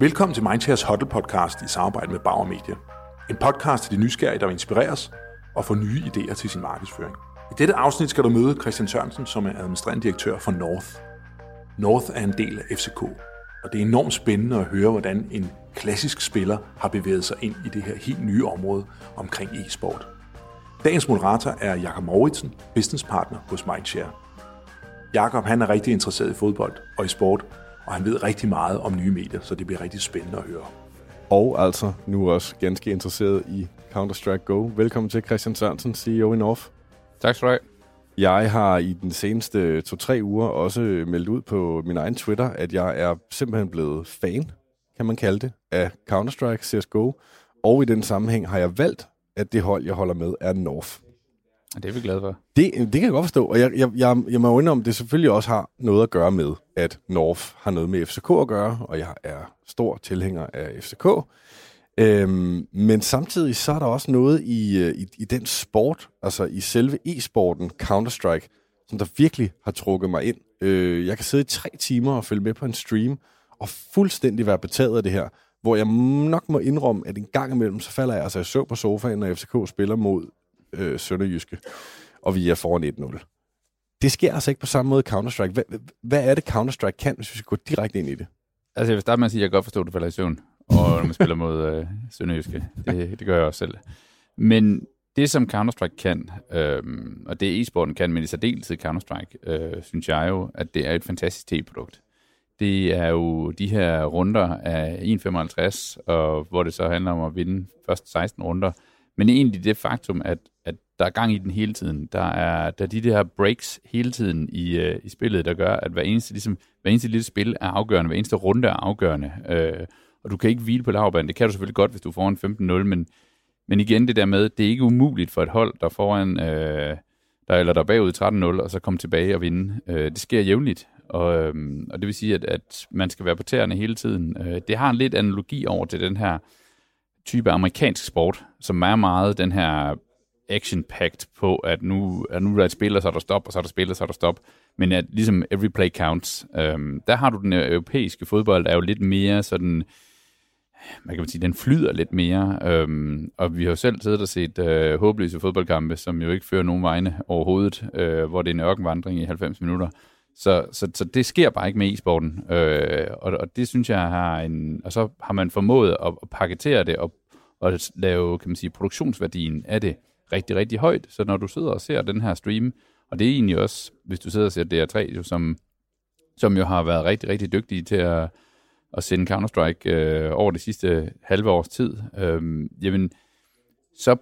Velkommen til Mindshares Huddle podcast i samarbejde med Bauer Media. En podcast til de nysgerrige, der vil inspireres og få nye idéer til sin markedsføring. I dette afsnit skal du møde Christian Sørensen, som er administrerende direktør for North. North er en del af FCK, og det er enormt spændende at høre, hvordan en klassisk spiller har bevæget sig ind i det her helt nye område omkring e-sport. Dagens moderator er Jakob Mouritsen, businesspartner hos Mindshare. Jakob, han er rigtig interesseret i fodbold og i sport, og han ved rigtig meget om nye medier, så det bliver rigtig spændende at høre. Og altså nu også ganske interesseret i Counter-Strike Go. Velkommen til Christian Sørensen, CEO i North. Tak skal du have. Jeg har i den seneste 2-3 uger også meldt ud på min egen Twitter, at jeg er simpelthen blevet fan, kan man kalde det, af Counter-Strike CSGO. Og i den sammenhæng har jeg valgt, at det hold, jeg holder med, er North. Det er vi glade for. Det kan jeg godt forstå, og jeg må indrømme, at det selvfølgelig også har noget at gøre med, at North har noget med FCK at gøre, og jeg er stor tilhænger af FCK. Men samtidig så er der også noget i den sport, altså i selve e-sporten, Counter-Strike, som der virkelig har trukket mig ind. Jeg kan sidde i 3 timer og følge med på en stream, og fuldstændig være betaget af det her, hvor jeg nok må indrømme, at en gang imellem, så falder jeg altså i søvn på sofaen, når FCK spiller mod Sønderjyske, og vi er foran 1-0. Det sker altså ikke på samme måde i Counter-Strike. Hvad er det, Counter-Strike kan, hvis vi skal gå direkte ind i det? Altså jeg vil starte med at sige, at jeg godt forstår, at du falder i søvn, og når man spiller mod Sønderjyske. Det gør jeg også selv. Men det, som Counter-Strike kan, og det e-sporten kan, men i særdeleshed Counter-Strike, synes jeg jo, at det er et fantastisk tv-produkt. Det er jo de her runder af 1.55, og hvor det så handler om at vinde først 16 runder. Men egentlig det faktum, at der er gang i den hele tiden. Der er de der breaks hele tiden i spillet, der gør, at hver eneste lille spil er afgørende, hver eneste runde er afgørende. Og du kan ikke hvile på laurbærrene. Det kan du selvfølgelig godt, hvis du får en 15-0, men igen det der med, det er ikke umuligt for et hold, der foran, der er bagud 13-0, og så komme tilbage og vinde. Det sker jævnligt, og det vil sige, at man skal være på tæerne hele tiden. Det har en lidt analogi over til den her type amerikansk sport, som er meget den her action-packed på, at nu er der et spil, og så er der stop, og så er der spil, og så er der stop. Men at ligesom every play counts. Der har du den europæiske fodbold, er jo lidt mere sådan, man kan sige, den flyder lidt mere. Og vi har jo selv siddet og set håbløse fodboldkampe, som jo ikke fører nogen vegne overhovedet, hvor det er en ørkenvandring i 90 minutter. Så det sker bare ikke med e-sporten, og det synes jeg har og så har man formået at paketere det og lave, kan man sige, produktionsværdien af det rigtig, rigtig højt. Så når du sidder og ser den her stream, og det er egentlig også, hvis du sidder og ser DR3, som jo har været rigtig, rigtig dygtige til at sende Counter-Strike over det sidste halve års tid, jamen, så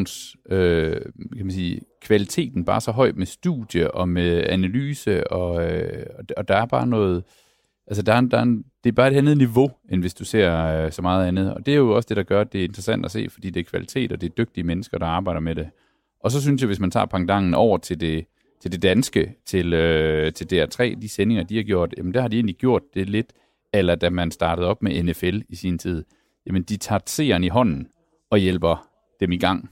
kan man sige, kvaliteten bare så høj med studie og med analyse, og der er bare noget, altså det er bare et andet niveau, end hvis du ser så meget andet, og det er jo også det, der gør, at det er interessant at se, fordi det er kvalitet, og det er dygtige mennesker, der arbejder med det. Og så synes jeg, hvis man tager penddangen over til det danske, til DR3, de sendinger, de har gjort, jamen der har de egentlig gjort det lidt, eller da man startede op med NFL i sin tid, jamen de tager seeren i hånden og hjælper dem i gang.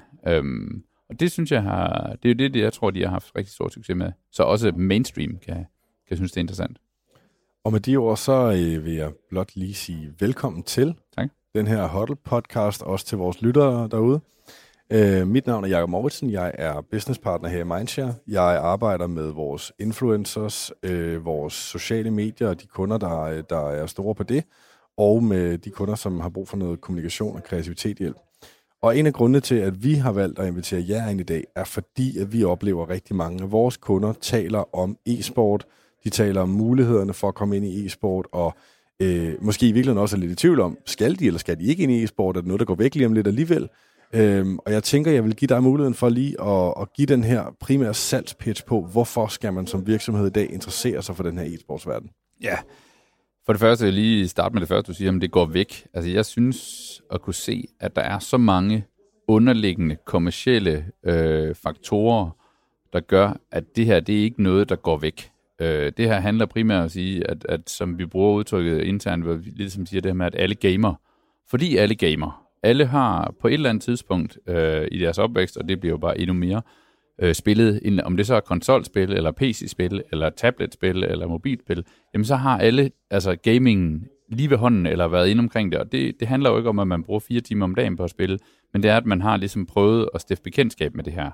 Og det synes jeg det er jo det, jeg tror, de har haft rigtig stor succes med. Så også mainstream kan synes, det er interessant. Og med de ord, så vil jeg blot lige sige velkommen til den her Huddle podcast, også til vores lyttere derude. Mit navn er Jakob Mouritsen, jeg er businesspartner her i Mindshare. Jeg arbejder med vores influencers, vores sociale medier, de kunder, der er store på det, og med de kunder, som har brug for noget kommunikation og kreativitet hjælp. Og en af grundene til, at vi har valgt at invitere jer ind i dag, er fordi, at vi oplever rigtig mange af vores kunder taler om e-sport. De taler om mulighederne for at komme ind i e-sport, og måske i virkeligheden også er lidt i tvivl om, skal de eller skal de ikke ind i e-sport? Er det noget, der går væk lige om lidt alligevel? Og jeg tænker, jeg vil give dig muligheden for lige at give den her primære salgspitch på, hvorfor skal man som virksomhed i dag interessere sig for den her e-sportsverden? Ja, for det første vil jeg lige starte med det første, du siger, om det går væk. Altså jeg synes at kunne se, at der er så mange underliggende kommercielle faktorer, der gør, at det her, det er ikke noget, der går væk. Det her handler primært at sige, at som vi bruger udtrykket internt, hvor vi ligesom siger det her med, at alle gamer, fordi alle gamer, alle har på et eller andet tidspunkt i deres opvækst, og det bliver jo bare endnu mere, spillet, om det så er konsolspil, eller PC-spil, eller tabletspil, eller mobilspil, jamen så har alle, altså gamingen lige ved hånden, eller været inde omkring det. Og det handler jo ikke om, at man bruger 4 timer om dagen på at spille, men det er, at man har ligesom prøvet at stifte bekendtskab med det her.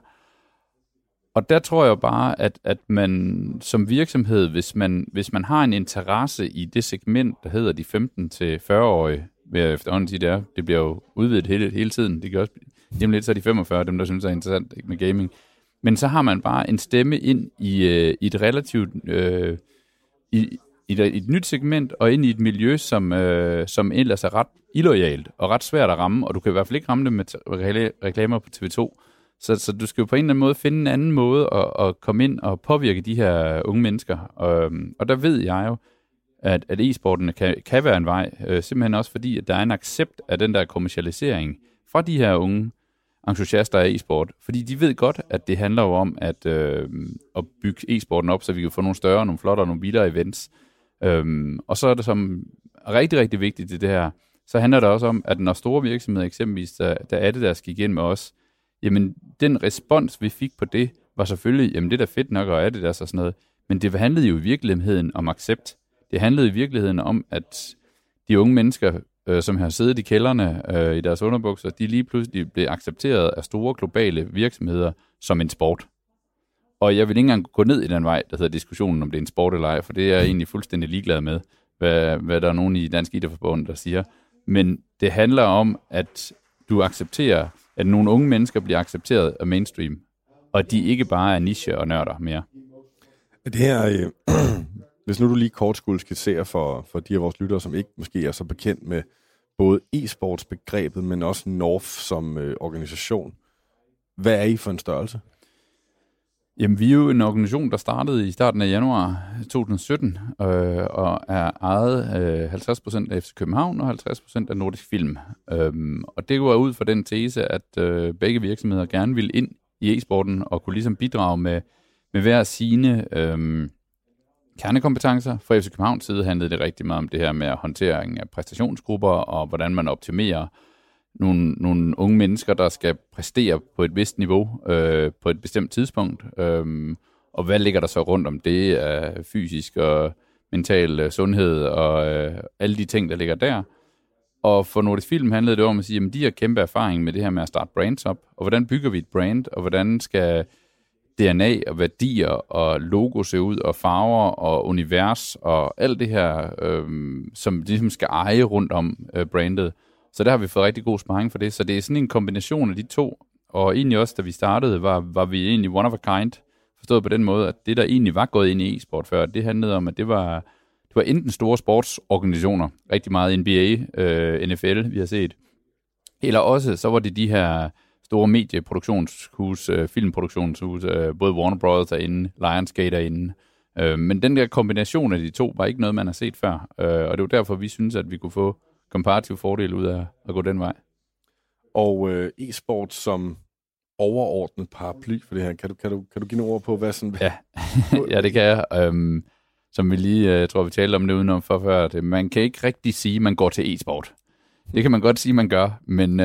Og der tror jeg bare, at man som virksomhed, hvis man har en interesse i det segment, der hedder de 15-40-årige, vil jeg efterhånden sige, det bliver jo udvidet hele tiden. Det kan også blive lidt så de 45, dem der synes er interessant med gaming. Men så har man bare en stemme ind i et relativt i et nyt segment og ind i et miljø, som ellers er ret illoyalt og ret svært at ramme, og du kan i hvert fald ikke ramme det med reklamer på TV2. Så du skal jo på en eller anden måde finde en anden måde at komme ind og påvirke de her unge mennesker. Og der ved jeg jo, at e-sporten kan være en vej, simpelthen også fordi, at der er en accept af den der kommercialisering fra de her unge entusiaster af e-sport. Fordi de ved godt, at det handler jo om at bygge e-sporten op, så vi kan få nogle større, nogle flottere, nogle vildere events. Og så er det som rigtig, rigtig vigtigt i det her, så handler det også om, at når store virksomheder eksempelvis, der er det, der skal igen med os, jamen den respons, vi fik på det, var selvfølgelig, jamen det er da fedt nok, og er det der så sådan noget. Men det handlede jo i virkeligheden om accept. Det handlede i virkeligheden om, at de unge mennesker, som har siddet i kælderne i deres underbukser, de lige pludselig blev accepteret af store globale virksomheder som en sport. Og jeg vil ikke engang gå ned i den vej, der hedder diskussionen, om det er en sport eller ej, for det er jeg egentlig fuldstændig ligeglad med, hvad der er nogen i Dansk Idrætsforbund, der siger. Men det handler om, at du accepterer, at nogle unge mennesker bliver accepteret af mainstream, og de ikke bare er niche og nørder mere. Det her, hvis nu du lige kort skulle skitsere for de af vores lyttere, som ikke måske er så bekendt med både e-sportsbegrebet, men også North som organisation. Hvad er I for en størrelse? Jamen, vi er jo en organisation, der startede i starten af januar 2017, og er ejet 50% af FC København og 50% af Nordisk Film. Og det går ud fra den tese, at begge virksomheder gerne vil ind i e-sporten og kunne ligesom bidrage med hver sine kernekompetencer. For FC Københavns side handlede det rigtig meget om det her med håndtering af præstationsgrupper, og hvordan man optimerer nogle unge mennesker, der skal præstere på et vist niveau på et bestemt tidspunkt. Og hvad ligger der så rundt om det af fysisk og mental sundhed og alle de ting, der ligger der. Og for Nordisk Film handlede det om at sige, at de har kæmpe erfaring med det her med at starte brands op, og hvordan bygger vi et brand, og hvordan skal DNA og værdier og logo se ud, og farver og univers og alt det her, som ligesom skal eje rundt om brandet. Så der har vi fået rigtig god sparring for det. Så det er sådan en kombination af de to. Og egentlig også, da vi startede, var vi egentlig one of a kind. Forstået på den måde, at det, der egentlig var gået ind i e-sport før, det handlede om, at det var enten store sportsorganisationer, rigtig meget NBA, NFL, vi har set, eller også, så var det de her store medieproduktionshus, filmproduktionshus, både Warner Bros. Derinde, Lionsgate derinde. Men den der kombination af de to var ikke noget, man har set før. Og det var derfor, vi synes, at vi kunne få komparativ fordel ud af at gå den vej. Og e-sport som overordnet paraply for det her, kan du give nogle ord på, hvad sådan... Ja, ja det kan jeg. Som vi lige, tror vi talte om det udenom for før, det, man kan ikke rigtig sige, at man går til e-sport. Det kan man godt sige, man gør, men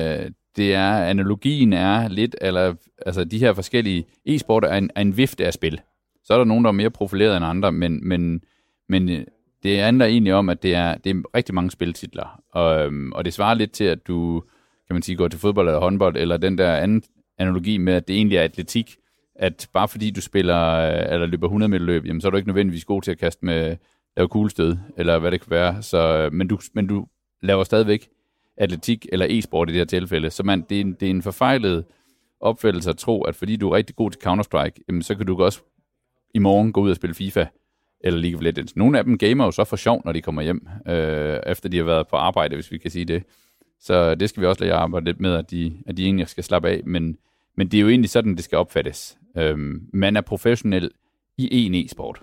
analogien er lidt, eller altså de her forskellige e-sport er en vifte af spil. Så er der nogen, der er mere profileret end andre, men det handler egentlig om, at det er rigtig mange spiltitler, og det svarer lidt til, at du, kan man sige, går til fodbold eller håndbold, eller den der anden analogi med, at det egentlig er atletik, at bare fordi du spiller eller løber 100 meter løb, jamen, så er du ikke nødvendigvis god til at kaste med lave kuglestød, eller hvad det kan være. Så, men du laver stadigvæk atletik eller e-sport i det her tilfælde. Så det er en forfejlet opfattelse at tro, at fordi du er rigtig god til Counter-Strike, jamen, så kan du også i morgen gå ud og spille FIFA eller League of Legends. Nogle af dem gamer jo så for sjov, når de kommer hjem, efter de har været på arbejde, hvis vi kan sige det. Så det skal vi også lade arbejde lidt med, at de egentlig skal slappe af. Men det er jo egentlig sådan, det skal opfattes. Man er professionel i en e-sport.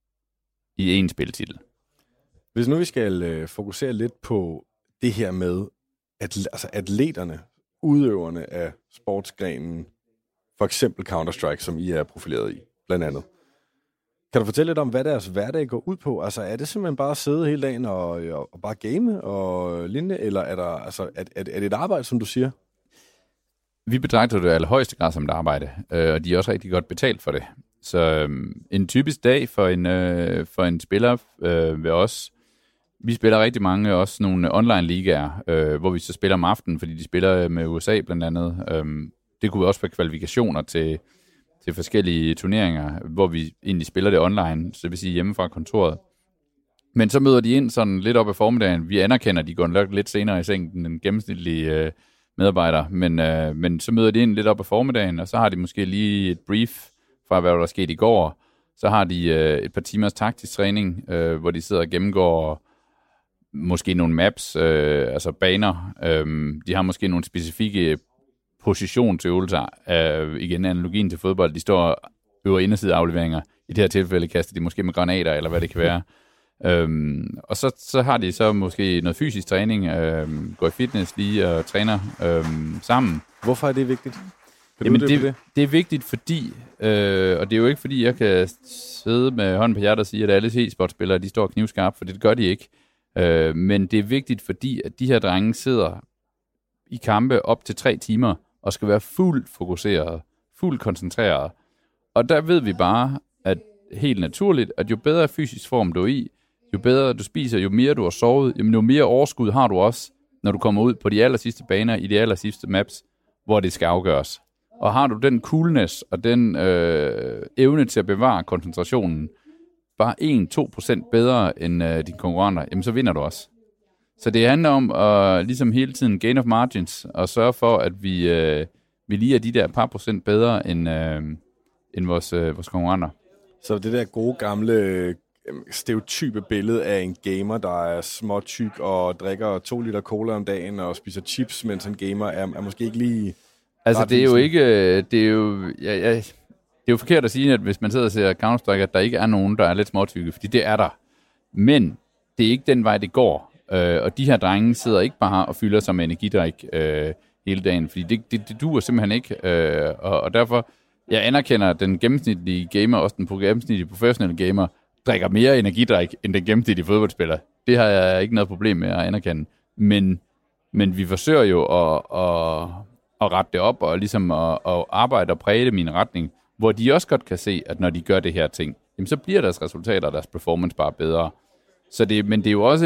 I en spiltitel. Hvis nu vi skal fokusere lidt på det her med atleterne, udøverne af sportsgrenen, for eksempel Counter-Strike, som I er profileret i, blandt andet. Kan du fortælle lidt om, hvad deres hverdag går ud på? Altså, er det simpelthen bare at sidde hele dagen og bare game og lignende, eller er det et arbejde, som du siger? Vi betragter det i allerhøjeste grad som et arbejde, og de er også rigtig godt betalt for det. Så en typisk dag for en spiller ved os Vi spiller rigtig mange, også nogle online-ligaer, hvor vi så spiller om aftenen, fordi de spiller med USA blandt andet. Det kunne også være kvalifikationer til forskellige turneringer, hvor vi egentlig spiller det online, så det vil sige hjemme fra kontoret. Men så møder de ind sådan lidt op ad formiddagen. Vi anerkender, at de går nok lidt senere i seng end den gennemsnitlige medarbejder, men så møder de ind lidt op ad formiddagen, og så har de måske lige et brief fra, hvad der er sket i går. Så har de et par timers taktisk træning, hvor de sidder og gennemgår måske nogle maps, altså baner. De har måske nogle specifikke positionsøvelser. Igen analogien til fodbold. De står og øver indersideafleveringer. I det her tilfælde kaster de måske med granater, eller hvad det kan være. Og så har de så måske noget fysisk træning, går i fitness lige og træner sammen. Hvorfor er det vigtigt? Jamen det er vigtigt, fordi, og det er jo ikke fordi, jeg kan sidde med hånden på hjertet og sige, at alle e-sportspillere, de står knivskarpt, for det gør de ikke. Men det er vigtigt, fordi at de her drenge sidder i kampe op til 3 timer, og skal være fuldt fokuseret, fuldt koncentreret. Og der ved vi bare, at helt naturligt, at jo bedre fysisk form du er i, jo bedre du spiser, jo mere du har sovet, jo mere overskud har du også, når du kommer ud på de aller sidste baner, i de aller sidste maps, hvor det skal afgøres. Og har du den coolness og den evne til at bevare koncentrationen bare 1-2% bedre end dine konkurrenter, jamen så vinder du også. Så det handler om at ligesom hele tiden gain of margins og sørge for, at vi lige er de der par procent bedre end vores konkurrenter. Så det der gode gamle stereotype billede af en gamer, der er småtyk og drikker 2 liter cola om dagen og spiser chips, mens en gamer er måske ikke lige... Altså det er jo ikke... Det er jo forkert at sige, at hvis man sidder og ser Counter-Strike, at der ikke er nogen, der er lidt småtykke, fordi det er der. Men det er ikke den vej, det går. Og de her drenge sidder ikke bare og fylder sig med energidrik hele dagen, fordi det duer simpelthen ikke. Og derfor, jeg anerkender, at den gennemsnitlige gamer, også den gennemsnitlige professionelle gamer, drikker mere energidrik end den gennemsnitlige fodboldspiller. Det har jeg ikke noget problem med at anerkende. Men vi forsøger jo at rette det op og ligesom at arbejde og præge det i min retning, hvor de også godt kan se, at når de gør det her ting, jamen så bliver deres resultater og deres performance bare bedre. Men det er jo også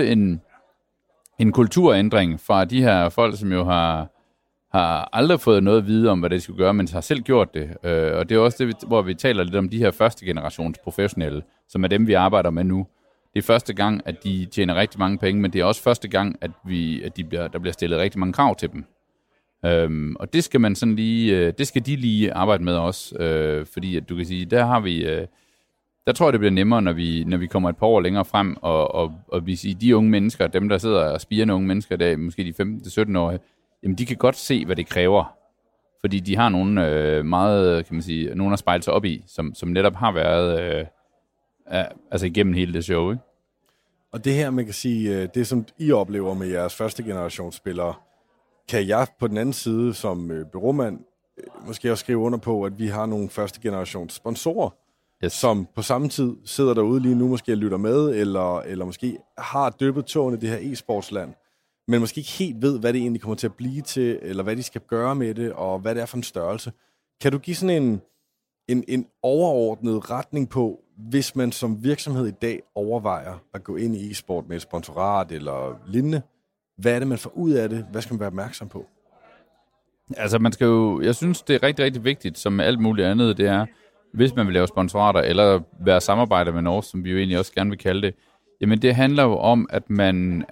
en kulturændring fra de her folk, som jo har aldrig fået noget at vide om, hvad de skulle gøre, men har selv gjort det. Og det er også det, hvor vi taler lidt om de her første generations professionelle, som er dem, vi arbejder med nu. Det er første gang, at de tjener rigtig mange penge, men det er også første gang, at der bliver stillet rigtig mange krav til dem. Og det skal man sådan lige, det skal de lige arbejde med også, fordi at du kan sige, der har vi, der tror jeg det bliver nemmere, når vi kommer et par år længere frem, og vi siger, de unge mennesker, dem der sidder og spirende unge mennesker der, måske de 15-17-årige, jamen de kan godt se, hvad det kræver, fordi de har nogle meget, kan man sige, nogle at spejle sig op i, som netop har været, altså igennem hele det show, ikke? Og det her, man kan sige, det som I oplever med jeres første generationsspillere, kan jeg på den anden side som bureaumand måske også skrive under på, at vi har nogle første generations sponsorer, yes, som på samme tid sidder derude lige nu, måske lytter med, eller måske har dyppet tåen i det her e-sportsland, men måske ikke helt ved, hvad det egentlig kommer til at blive til, eller hvad de skal gøre med det, og hvad det er for en størrelse. Kan du give sådan en overordnet retning på, hvis man som virksomhed i dag overvejer at gå ind i e-sport med et sponsorat eller lignende? Hvad er det, man får ud af det? Hvad skal man være opmærksom på? Altså, jeg synes, det er rigtig, rigtig vigtigt, som med alt muligt andet, det er, hvis man vil lave sponsorater, eller være samarbejder med North, som vi jo egentlig også gerne vil kalde det, jamen det handler jo om, at man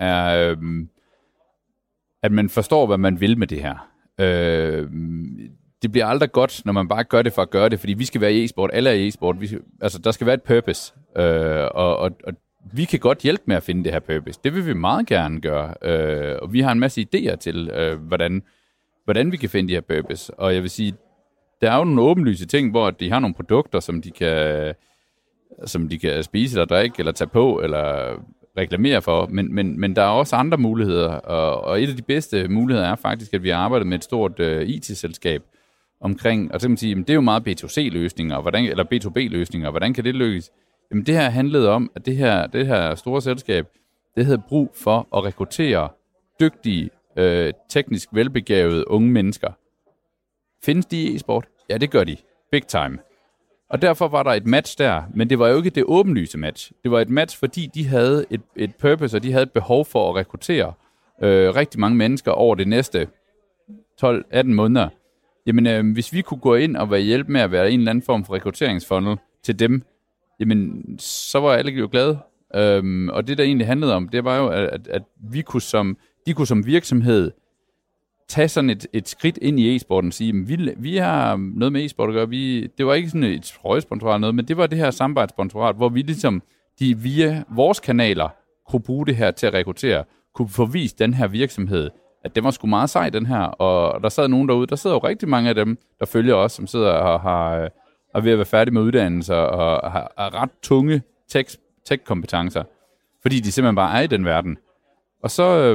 forstår, hvad man vil med det her. Det bliver aldrig godt, når man bare gør det for at gøre det, fordi vi skal være i e-sport, alle er i e-sport, altså der skal være et purpose, og vi kan godt hjælpe med at finde det her purpose. Det vil vi meget gerne gøre, og vi har en masse idéer til, hvordan vi kan finde de her purpose. Og jeg vil sige, der er jo nogle åbenlyse ting, hvor de har nogle produkter, som de kan spise eller drikke, eller tage på, eller reklamere for, men der er også andre muligheder, og et af de bedste muligheder er faktisk, at vi har arbejdet med et stort IT-selskab omkring, og så kan man sige, det er jo meget B2C-løsninger, eller B2B-løsninger, hvordan kan det lykkes? Jamen det her handlede om, at det her store selskab, det havde brug for at rekruttere dygtige, teknisk velbegavede unge mennesker. Findes de i e-sport? Ja, det gør de. Big time. Og derfor var der et match der, men det var jo ikke det åbenlyse match. Det var et match, fordi de havde et purpose, og de havde et behov for at rekruttere rigtig mange mennesker over det næste 12-18 måneder. Jamen, hvis vi kunne gå ind og være hjælp med at være en eller anden form for rekrutteringsfunnel til dem, jamen, så var alle jo glade. Og det, der egentlig handlede om, det var jo, at de kunne som virksomhed tage sådan et skridt ind i e-sporten og sige, vi har noget med e-sport at gøre. Det var ikke sådan et trøjesponsorat eller noget, men det var det her samarbejdssponsorat, hvor vi ligesom via vores kanaler kunne bruge det her til at rekruttere, kunne få vist den her virksomhed, at det var sgu meget sej, den her. Og der sad nogen derude, der sidder jo rigtig mange af dem, der følger os, som sidder og har ved at være færdige med uddannelser og har ret tunge tech-kompetencer, fordi de simpelthen bare er i den verden. Og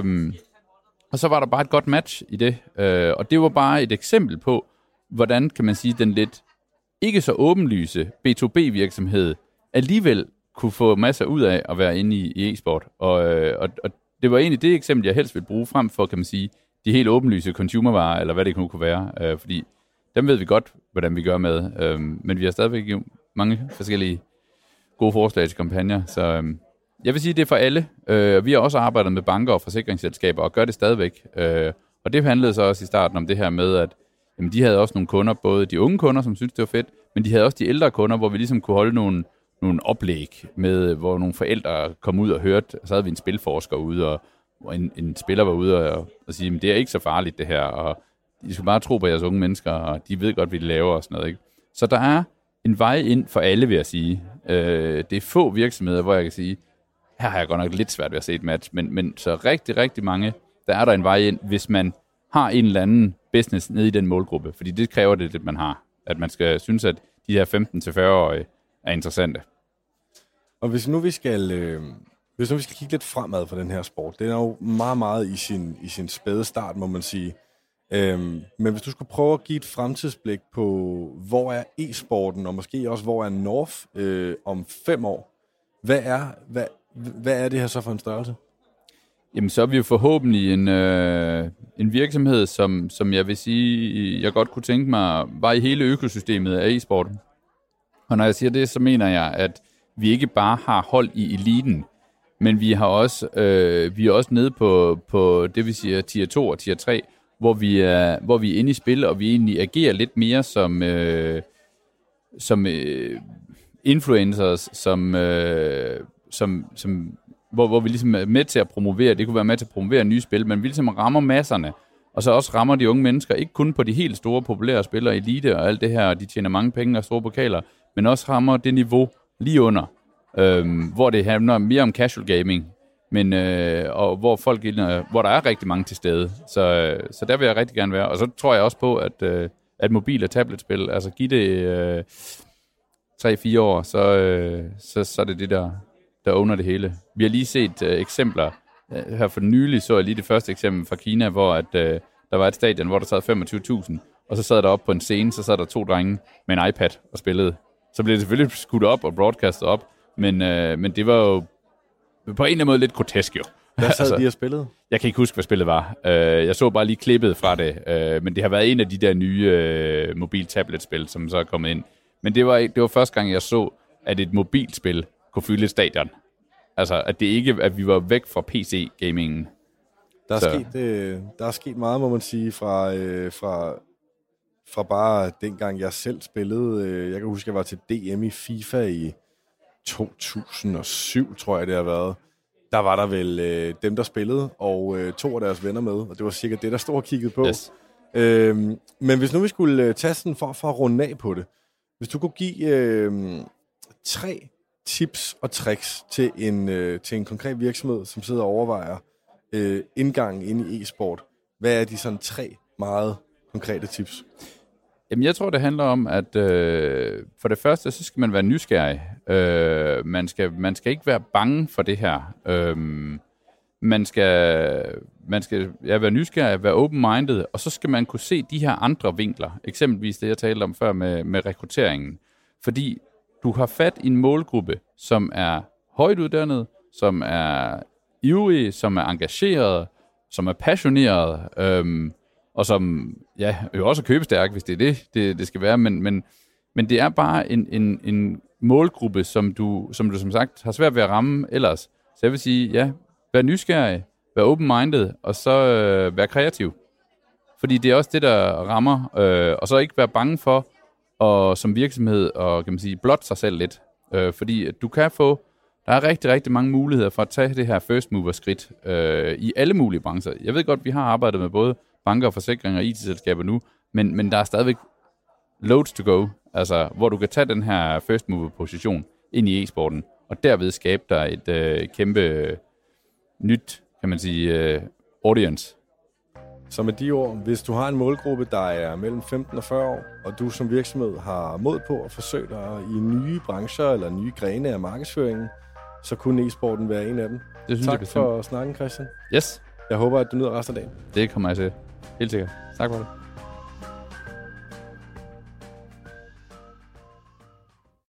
så var der bare et godt match i det. Og det var bare et eksempel på, hvordan kan man sige, den lidt ikke så åbenlyse B2B-virksomhed alligevel kunne få masser ud af at være inde i e-sport. Og det var egentlig det eksempel, jeg helst vil bruge frem for, kan man sige, de helt åbenlyse consumervarer, eller hvad det nu kunne være. Fordi dem ved vi godt, hvordan vi gør med. Men vi har stadigvæk jo mange forskellige gode forslag til kampagner. Så jeg vil sige, det er for alle. Vi har også arbejdet med banker og forsikringsselskaber, og gør det stadigvæk. Og det handlede så også i starten om det her med, at jamen, de havde også nogle kunder, både de unge kunder, som syntes, det var fedt, men de havde også de ældre kunder, hvor vi ligesom kunne holde nogle oplæg med, hvor nogle forældre kom ud og hørte, og så havde vi en spilforsker ude, og hvor en spiller var ude og sige, men det er ikke så farligt det her, og I skal bare tro på jeres unge mennesker, og de ved godt, hvad de laver og sådan noget. Ikke? Så der er en vej ind for alle, vil jeg sige. Det er få virksomheder, hvor jeg kan sige, her har jeg godt nok lidt svært ved at se et match, men så rigtig, rigtig mange, der er der en vej ind, hvis man har en eller anden business nede i den målgruppe, fordi det kræver det, man har. At man skal synes, at de her 15-40-årige er interessante. Og hvis nu vi skal kigge lidt fremad for den her sport, det er jo meget, meget i sin spæde start, må man sige. Men hvis du skulle prøve at give et fremtidsblik på, hvor er e-sporten, og måske også, hvor er North om 5 år, hvad er det her så for en størrelse? Jamen, så er vi jo forhåbentlig en virksomhed, som jeg vil sige, jeg godt kunne tænke mig, var i hele økosystemet af e-sporten. Og når jeg siger det, så mener jeg, at vi ikke bare har hold i eliten, men vi er også nede på det, vi siger tier 2 og tier 3, hvor vi er inde i spil, og vi egentlig agerer lidt mere som influencers, hvor vi ligesom er med til at promovere, det kunne være med til at promovere nye spil, men vi ligesom rammer masserne, og så også rammer de unge mennesker, ikke kun på de helt store populære spillere, elite og alt det her, og de tjener mange penge og store pokaler, men også rammer det niveau lige under, hvor det handler mere om casual gaming, men og hvor hvor der er rigtig mange til stede. Så der vil jeg rigtig gerne være. Og så tror jeg også på, at mobil- og tabletspil, altså give det 3-4 år, så er det der owner det hele. Vi har lige set eksempler. Her for nylig så jeg lige det første eksempel fra Kina, hvor at, der var et stadion, hvor der sad 25.000, og så sad der op på en scene, så sad der 2 drenge med en iPad og spillede. Så blev det selvfølgelig skudt op og broadcastet op, men det var jo på en eller anden måde lidt grotesk jo. Hvad sad de og spillede? Jeg kan ikke huske, hvad spillet var. Jeg så bare lige klippet fra det, men det har været en af de der nye mobil-tablet-spil, som så er kommet ind. Men det var første gang, jeg så, at et mobilspil kunne fylde et stadion. Altså, at det ikke, at vi var væk fra PC-gamingen. Der er sket meget, må man sige, fra bare dengang jeg selv spillede. Jeg kan huske, jeg var til DM i FIFA i 2007, tror jeg det har været. Der var der vel dem, der spillede, og 2 af deres venner med, og det var sikkert det, der stod og kiggede på. Yes. Men hvis nu vi skulle tage sådan for at runde af på det, hvis du kunne give 3 tips og tricks til en konkret virksomhed, som sidder og overvejer indgangen ind i e-sport, hvad er de sådan 3 meget konkrete tips? Jamen, jeg tror, det handler om, at for det første, så skal man være nysgerrig. Man skal ikke være bange for det her. Man skal være nysgerrig, være open-minded, og så skal man kunne se de her andre vinkler. Eksempelvis det, jeg talte om før med rekrutteringen. Fordi du har fat i en målgruppe, som er højt uddannet, som er ivrig, som er engageret, som er passioneret, og som jo også er købestærk, hvis det er det skal være, men Men det er bare en målgruppe, som du som sagt har svært ved at ramme ellers. Så jeg vil sige, ja, vær nysgerrig, vær open-minded, og så vær kreativ. Fordi det er også det, der rammer, og så ikke være bange for at som virksomhed og kan man sige, blotte sig selv lidt. Fordi du kan få, der er rigtig, rigtig mange muligheder for at tage det her first mover skridt i alle mulige brancher. Jeg ved godt, vi har arbejdet med både banker, forsikringer og IT-selskaber nu, men der er stadigvæk loads to go, altså hvor du kan tage den her first mover position ind i e-sporten, og derved skabe dig et kæmpe nyt, kan man sige, audience. Så med de ord, hvis du har en målgruppe, der er mellem 15 og 40 år, og du som virksomhed har mod på at forsøge dig i nye brancher eller nye grene af markedsføringen, så kunne e-sporten være en af dem. Det synes tak jeg for snakken, Christian. Yes. Jeg håber, at du nyder resten af dagen. Det kommer jeg til. Helt sikkert. Tak for det.